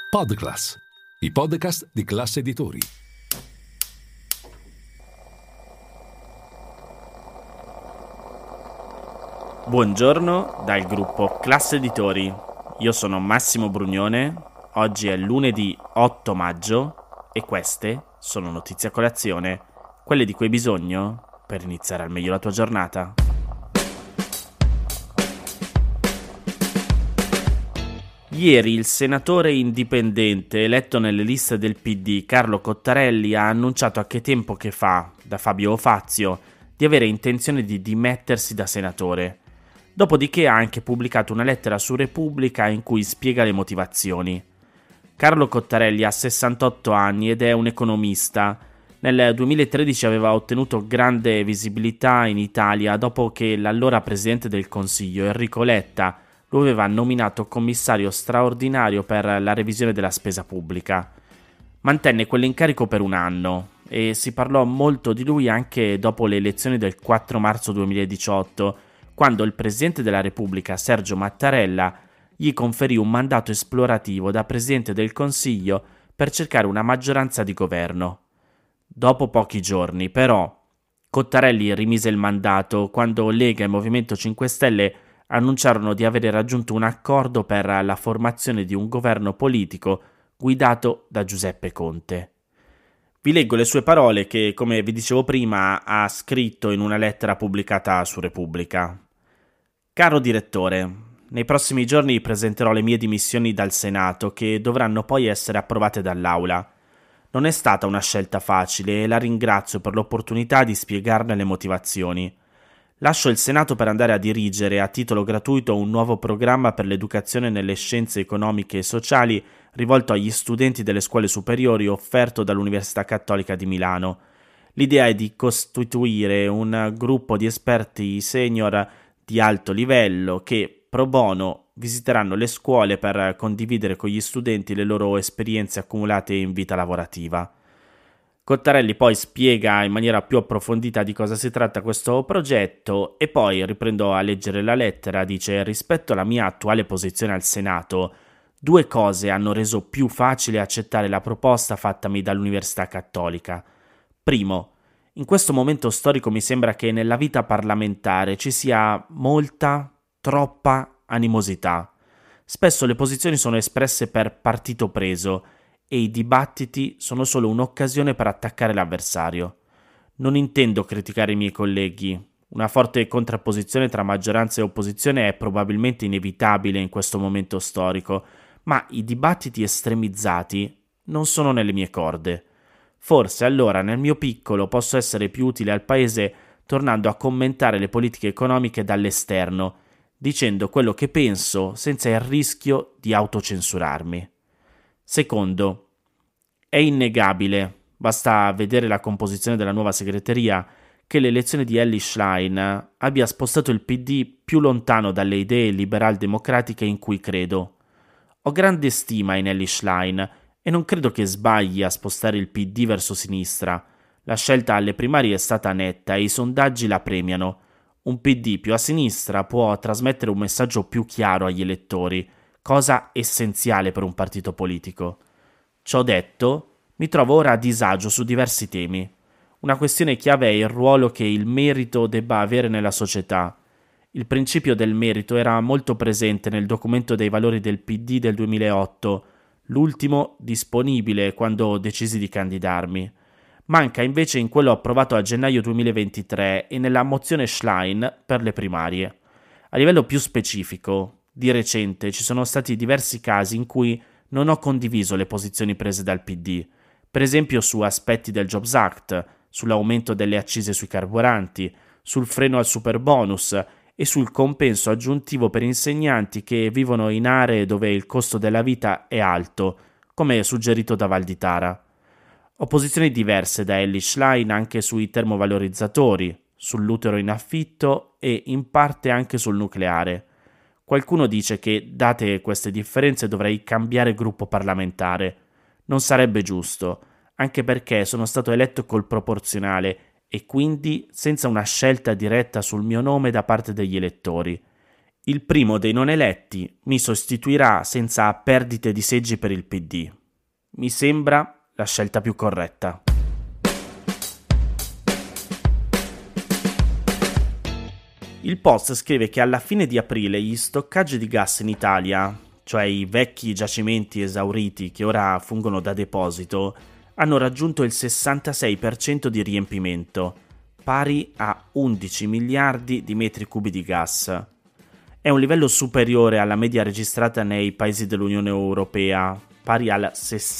Podclass, i podcast di Classe Editori. Buongiorno dal gruppo Classe Editori. Io sono Massimo Brugnone. Oggi è lunedì 8 maggio e queste sono notizie a colazione, quelle di cui hai bisogno per iniziare al meglio la tua giornata. Ieri il senatore indipendente eletto nelle liste del PD, Carlo Cottarelli, ha annunciato a che tempo che fa, da Fabio Fazio, di avere intenzione di dimettersi da senatore. Dopodiché ha anche pubblicato una lettera su Repubblica in cui spiega le motivazioni. Carlo Cottarelli ha 68 anni ed è un economista. Nel 2013 aveva ottenuto grande visibilità in Italia dopo che l'allora presidente del Consiglio, Enrico Letta, lo aveva nominato commissario straordinario per la revisione della spesa pubblica. Mantenne quell'incarico per un anno e si parlò molto di lui anche dopo le elezioni del 4 marzo 2018, quando il presidente della Repubblica, Sergio Mattarella, gli conferì un mandato esplorativo da presidente del Consiglio per cercare una maggioranza di governo. Dopo pochi giorni, però, Cottarelli rimise il mandato quando Lega e Movimento 5 Stelle annunciarono di avere raggiunto un accordo per la formazione di un governo politico guidato da Giuseppe Conte. Vi leggo le sue parole che, come vi dicevo prima, ha scritto in una lettera pubblicata su Repubblica. Caro direttore, nei prossimi giorni presenterò le mie dimissioni dal Senato, che dovranno poi essere approvate dall'Aula. Non è stata una scelta facile e la ringrazio per l'opportunità di spiegarne le motivazioni. Lascio il Senato per andare a dirigere a titolo gratuito un nuovo programma per l'educazione nelle scienze economiche e sociali rivolto agli studenti delle scuole superiori offerto dall'Università Cattolica di Milano. L'idea è di costituire un gruppo di esperti senior di alto livello che, pro bono, visiteranno le scuole per condividere con gli studenti le loro esperienze accumulate in vita lavorativa. Cottarelli poi spiega in maniera più approfondita di cosa si tratta questo progetto e poi, riprendo a leggere la lettera, dice: rispetto alla mia attuale posizione al Senato, due cose hanno reso più facile accettare la proposta fattami dall'Università Cattolica. Primo, in questo momento storico mi sembra che nella vita parlamentare ci sia molta, troppa animosità. Spesso le posizioni sono espresse per partito preso e i dibattiti sono solo un'occasione per attaccare l'avversario. Non intendo criticare i miei colleghi. Una forte contrapposizione tra maggioranza e opposizione è probabilmente inevitabile in questo momento storico, ma i dibattiti estremizzati non sono nelle mie corde. Forse allora nel mio piccolo posso essere più utile al Paese tornando a commentare le politiche economiche dall'esterno, dicendo quello che penso senza il rischio di autocensurarmi. Secondo, è innegabile, basta vedere la composizione della nuova segreteria, che l'elezione di Elly Schlein abbia spostato il PD più lontano dalle idee liberal-democratiche in cui credo. Ho grande stima in Elly Schlein e non credo che sbagli a spostare il PD verso sinistra. La scelta alle primarie è stata netta e i sondaggi la premiano. Un PD più a sinistra può trasmettere un messaggio più chiaro agli elettori, cosa essenziale per un partito politico. Ciò detto, mi trovo ora a disagio su diversi temi. Una questione chiave è il ruolo che il merito debba avere nella società. Il principio del merito era molto presente nel documento dei valori del PD del 2008, l'ultimo disponibile quando decisi di candidarmi. Manca invece in quello approvato a gennaio 2023 e nella mozione Schlein per le primarie. A livello più specifico, di recente ci sono stati diversi casi in cui non ho condiviso le posizioni prese dal PD, per esempio su aspetti del Jobs Act, sull'aumento delle accise sui carburanti, sul freno al superbonus e sul compenso aggiuntivo per insegnanti che vivono in aree dove il costo della vita è alto, come suggerito da Valditara. Ho posizioni diverse da Elly Schlein anche sui termovalorizzatori, sull'utero in affitto e in parte anche sul nucleare. Qualcuno dice che, date queste differenze, dovrei cambiare gruppo parlamentare. Non sarebbe giusto, anche perché sono stato eletto col proporzionale e quindi senza una scelta diretta sul mio nome da parte degli elettori. Il primo dei non eletti mi sostituirà senza perdite di seggi per il PD. Mi sembra la scelta più corretta. Il Post scrive che alla fine di aprile gli stoccaggi di gas in Italia, cioè i vecchi giacimenti esauriti che ora fungono da deposito, hanno raggiunto il 66% di riempimento, pari a 11 miliardi di metri cubi di gas. È un livello superiore alla media registrata nei paesi dell'Unione Europea, pari al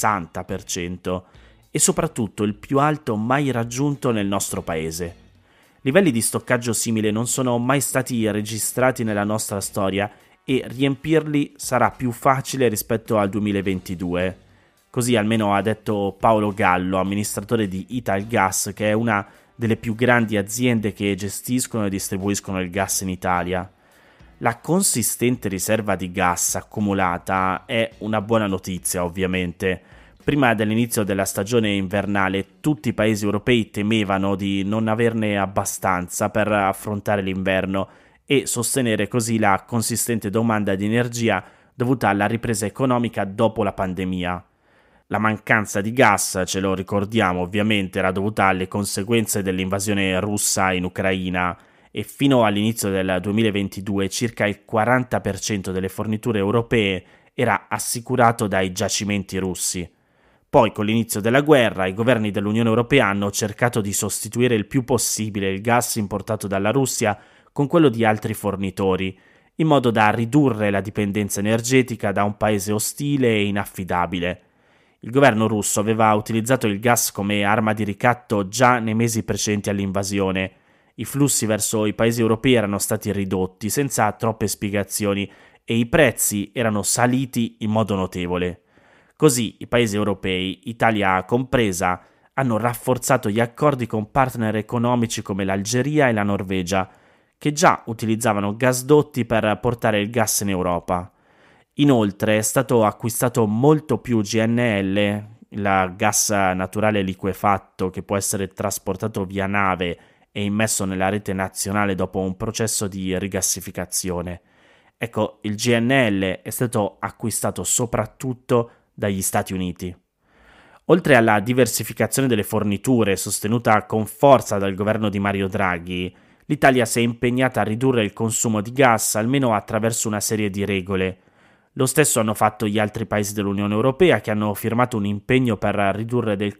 60%, e soprattutto il più alto mai raggiunto nel nostro paese. Livelli di stoccaggio simile non sono mai stati registrati nella nostra storia e riempirli sarà più facile rispetto al 2022. Così almeno ha detto Paolo Gallo, amministratore di Italgas, che è una delle più grandi aziende che gestiscono e distribuiscono il gas in Italia. La consistente riserva di gas accumulata è una buona notizia, ovviamente. Prima dell'inizio della stagione invernale, tutti i paesi europei temevano di non averne abbastanza per affrontare l'inverno e sostenere così la consistente domanda di energia dovuta alla ripresa economica dopo la pandemia. La mancanza di gas, ce lo ricordiamo ovviamente, era dovuta alle conseguenze dell'invasione russa in Ucraina e fino all'inizio del 2022 circa il 40% delle forniture europee era assicurato dai giacimenti russi. Poi, con l'inizio della guerra, i governi dell'Unione Europea hanno cercato di sostituire il più possibile il gas importato dalla Russia con quello di altri fornitori, in modo da ridurre la dipendenza energetica da un paese ostile e inaffidabile. Il governo russo aveva utilizzato il gas come arma di ricatto già nei mesi precedenti all'invasione. I flussi verso i paesi europei erano stati ridotti senza troppe spiegazioni e i prezzi erano saliti in modo notevole. Così i paesi europei, Italia compresa, hanno rafforzato gli accordi con partner economici come l'Algeria e la Norvegia, che già utilizzavano gasdotti per portare il gas in Europa. Inoltre è stato acquistato molto più GNL, il gas naturale liquefatto che può essere trasportato via nave e immesso nella rete nazionale dopo un processo di rigassificazione. Ecco, il GNL è stato acquistato soprattutto dagli Stati Uniti. Oltre alla diversificazione delle forniture sostenuta con forza dal governo di Mario Draghi, l'Italia si è impegnata a ridurre il consumo di gas almeno attraverso una serie di regole. Lo stesso hanno fatto gli altri paesi dell'Unione Europea che hanno firmato un impegno per ridurre del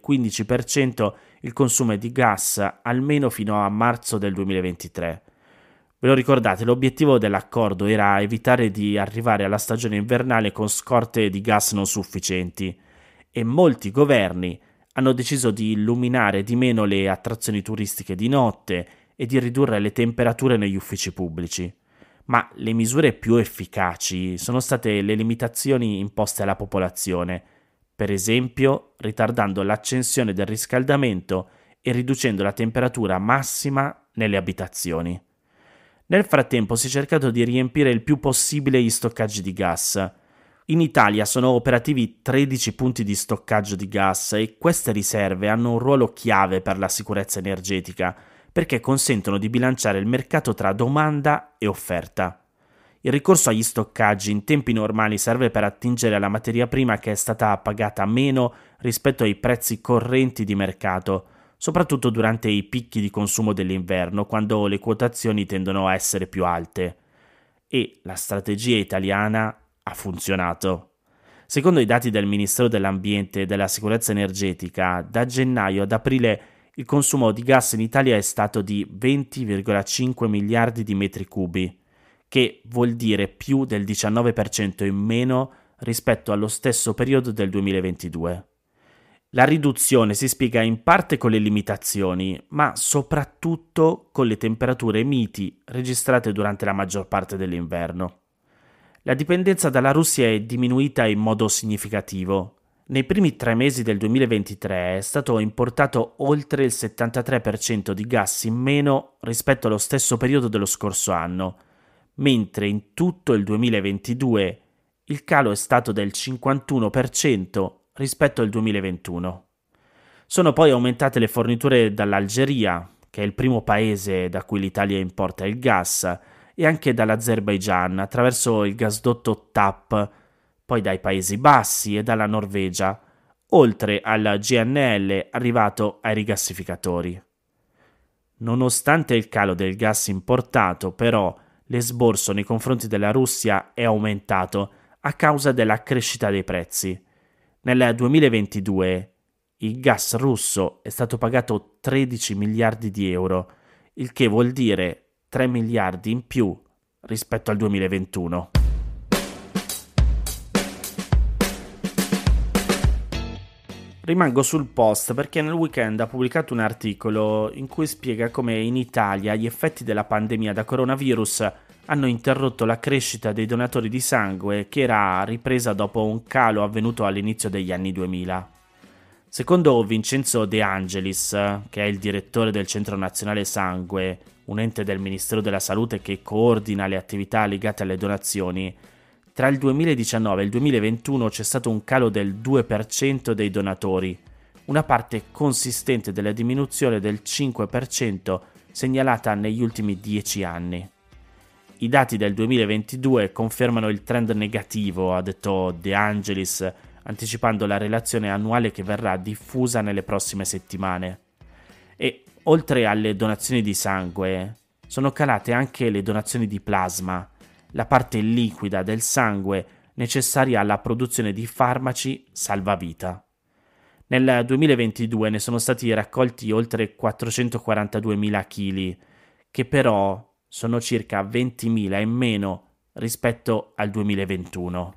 15% il consumo di gas almeno fino a marzo del 2023. Ve lo ricordate, l'obiettivo dell'accordo era evitare di arrivare alla stagione invernale con scorte di gas non sufficienti e molti governi hanno deciso di illuminare di meno le attrazioni turistiche di notte e di ridurre le temperature negli uffici pubblici. Ma le misure più efficaci sono state le limitazioni imposte alla popolazione, per esempio ritardando l'accensione del riscaldamento e riducendo la temperatura massima nelle abitazioni. Nel frattempo si è cercato di riempire il più possibile gli stoccaggi di gas. In Italia sono operativi 13 punti di stoccaggio di gas e queste riserve hanno un ruolo chiave per la sicurezza energetica, perché consentono di bilanciare il mercato tra domanda e offerta. Il ricorso agli stoccaggi in tempi normali serve per attingere alla materia prima che è stata pagata meno rispetto ai prezzi correnti di mercato, soprattutto durante i picchi di consumo dell'inverno, quando le quotazioni tendono a essere più alte. E la strategia italiana ha funzionato. Secondo i dati del Ministero dell'Ambiente e della Sicurezza Energetica, da gennaio ad aprile il consumo di gas in Italia è stato di 20,5 miliardi di metri cubi, che vuol dire più del 19% in meno rispetto allo stesso periodo del 2022. La riduzione si spiega in parte con le limitazioni, ma soprattutto con le temperature miti registrate durante la maggior parte dell'inverno. La dipendenza dalla Russia è diminuita in modo significativo. Nei primi 3 mesi del 2023 è stato importato oltre il 73% di gas in meno rispetto allo stesso periodo dello scorso anno, mentre in tutto il 2022 il calo è stato del 51% rispetto al 2021. Sono poi aumentate le forniture dall'Algeria, che è il primo paese da cui l'Italia importa il gas, e anche dall'Azerbaigian attraverso il gasdotto TAP, poi dai Paesi Bassi e dalla Norvegia, oltre al GNL arrivato ai rigassificatori. Nonostante il calo del gas importato, però, l'esborso nei confronti della Russia è aumentato a causa della crescita dei prezzi. Nel 2022 il gas russo è stato pagato 13 miliardi di euro, il che vuol dire 3 miliardi in più rispetto al 2021. Rimango sul Post perché nel weekend ha pubblicato un articolo in cui spiega come in Italia gli effetti della pandemia da coronavirus hanno interrotto la crescita dei donatori di sangue, che era ripresa dopo un calo avvenuto all'inizio degli anni 2000. Secondo Vincenzo De Angelis, che è il direttore del Centro Nazionale Sangue, un ente del Ministero della Salute che coordina le attività legate alle donazioni, tra il 2019 e il 2021 c'è stato un calo del 2% dei donatori, una parte consistente della diminuzione del 5% segnalata negli ultimi 10 anni. I dati del 2022 confermano il trend negativo, ha detto De Angelis, anticipando la relazione annuale che verrà diffusa nelle prossime settimane. E oltre alle donazioni di sangue, sono calate anche le donazioni di plasma, la parte liquida del sangue necessaria alla produzione di farmaci salvavita. Nel 2022 ne sono stati raccolti oltre 442.000 kg, che però sono circa 20.000 in meno rispetto al 2021.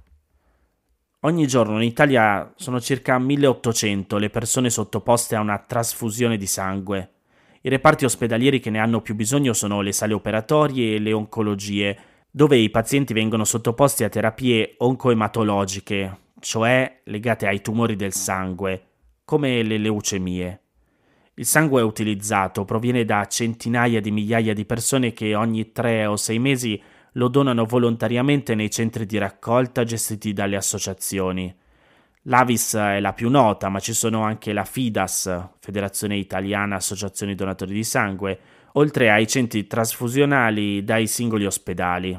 Ogni giorno in Italia sono circa 1.800 le persone sottoposte a una trasfusione di sangue. I reparti ospedalieri che ne hanno più bisogno sono le sale operatorie e le oncologie, dove i pazienti vengono sottoposti a terapie oncoematologiche, cioè legate ai tumori del sangue, come le leucemie. Il sangue utilizzato proviene da centinaia di migliaia di persone che ogni 3 o 6 mesi lo donano volontariamente nei centri di raccolta gestiti dalle associazioni. L'Avis è la più nota, ma ci sono anche la FIDAS, Federazione Italiana Associazioni Donatori di Sangue, oltre ai centri trasfusionali dai singoli ospedali.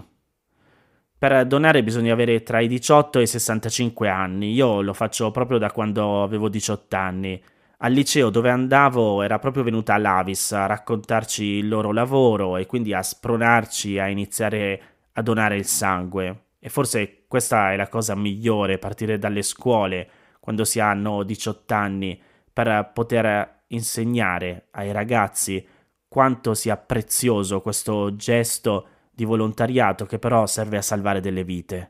Per donare bisogna avere tra i 18 e i 65 anni. Io lo faccio proprio da quando avevo 18 anni. Al liceo dove andavo era proprio venuta l'Avis a raccontarci il loro lavoro e quindi a spronarci a iniziare a donare il sangue. E forse questa è la cosa migliore, partire dalle scuole quando si hanno 18 anni per poter insegnare ai ragazzi quanto sia prezioso questo gesto di volontariato che però serve a salvare delle vite.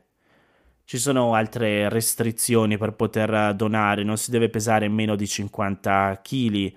Ci sono altre restrizioni per poter donare, non si deve pesare meno di 50 kg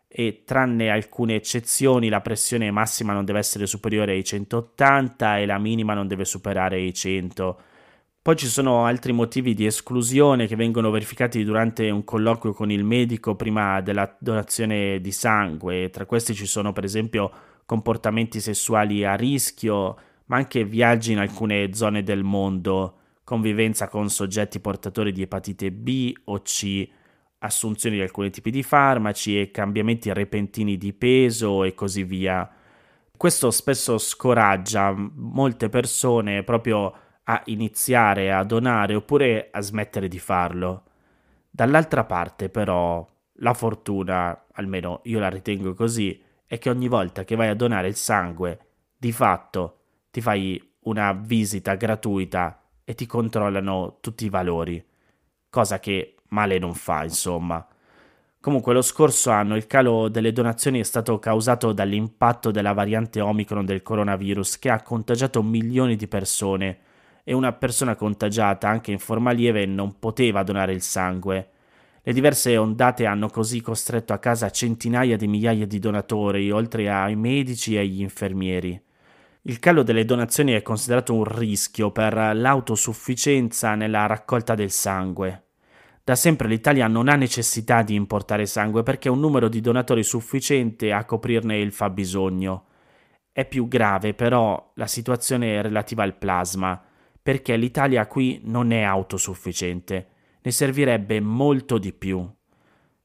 e tranne alcune eccezioni la pressione massima non deve essere superiore ai 180 e la minima non deve superare i 100. Poi ci sono altri motivi di esclusione che vengono verificati durante un colloquio con il medico prima della donazione di sangue. Tra questi ci sono per esempio comportamenti sessuali a rischio, ma anche viaggi in alcune zone del mondo, convivenza con soggetti portatori di epatite B o C, assunzioni di alcuni tipi di farmaci e cambiamenti repentini di peso e così via. Questo spesso scoraggia molte persone proprio a iniziare a donare oppure a smettere di farlo. Dall'altra parte però la fortuna, almeno io la ritengo così, è che ogni volta che vai a donare il sangue, di fatto ti fai una visita gratuita e ti controllano tutti i valori, cosa che male non fa, insomma. Comunque lo scorso anno il calo delle donazioni è stato causato dall'impatto della variante Omicron del coronavirus che ha contagiato milioni di persone e una persona contagiata anche in forma lieve non poteva donare il sangue. Le diverse ondate hanno così costretto a casa centinaia di migliaia di donatori, oltre ai medici e agli infermieri. Il calo delle donazioni è considerato un rischio per l'autosufficienza nella raccolta del sangue. Da sempre l'Italia non ha necessità di importare sangue perché ha un numero di donatori sufficiente a coprirne il fabbisogno. È più grave però la situazione relativa al plasma, perché l'Italia qui non è autosufficiente, ne servirebbe molto di più.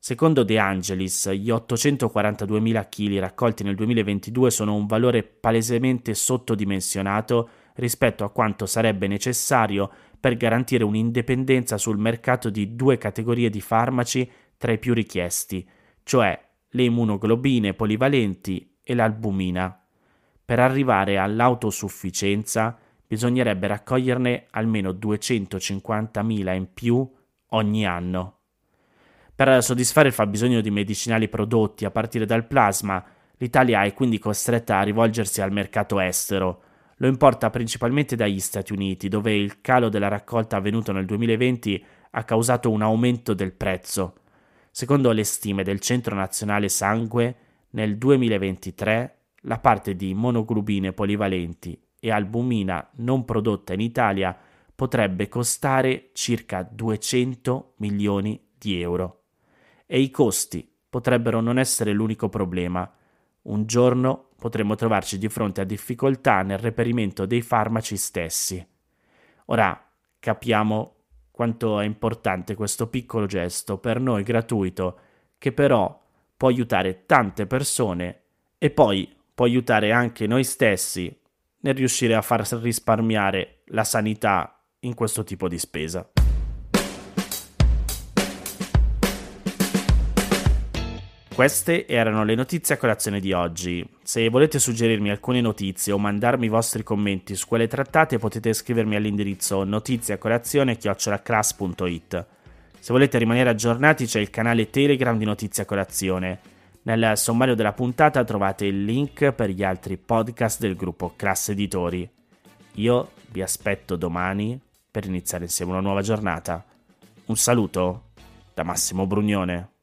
Secondo De Angelis, gli 842.000 kg raccolti nel 2022 sono un valore palesemente sottodimensionato rispetto a quanto sarebbe necessario per garantire un'indipendenza sul mercato di due categorie di farmaci tra i più richiesti, cioè le immunoglobine polivalenti e l'albumina. Per arrivare all'autosufficienza bisognerebbe raccoglierne almeno 250.000 in più ogni anno. Per soddisfare il fabbisogno di medicinali prodotti a partire dal plasma, l'Italia è quindi costretta a rivolgersi al mercato estero. Lo importa principalmente dagli Stati Uniti, dove il calo della raccolta avvenuto nel 2020 ha causato un aumento del prezzo. Secondo le stime del Centro Nazionale Sangue, nel 2023 la parte di monoglobine polivalenti e albumina non prodotta in Italia potrebbe costare circa 200 milioni di euro. E i costi potrebbero non essere l'unico problema. Un giorno potremmo trovarci di fronte a difficoltà nel reperimento dei farmaci stessi. Ora capiamo quanto è importante questo piccolo gesto, per noi gratuito, che però può aiutare tante persone e poi può aiutare anche noi stessi nel riuscire a far risparmiare la sanità in questo tipo di spesa. Queste erano le notizie a colazione di oggi. Se volete suggerirmi alcune notizie o mandarmi i vostri commenti su quelle trattate, potete scrivermi all'indirizzo notiziacolazione@cras.it. Se volete rimanere aggiornati c'è il canale Telegram di Notizie a Colazione. Nel sommario della puntata trovate il link per gli altri podcast del gruppo Cras Editori. Io vi aspetto domani per iniziare insieme una nuova giornata. Un saluto da Massimo Brugnone.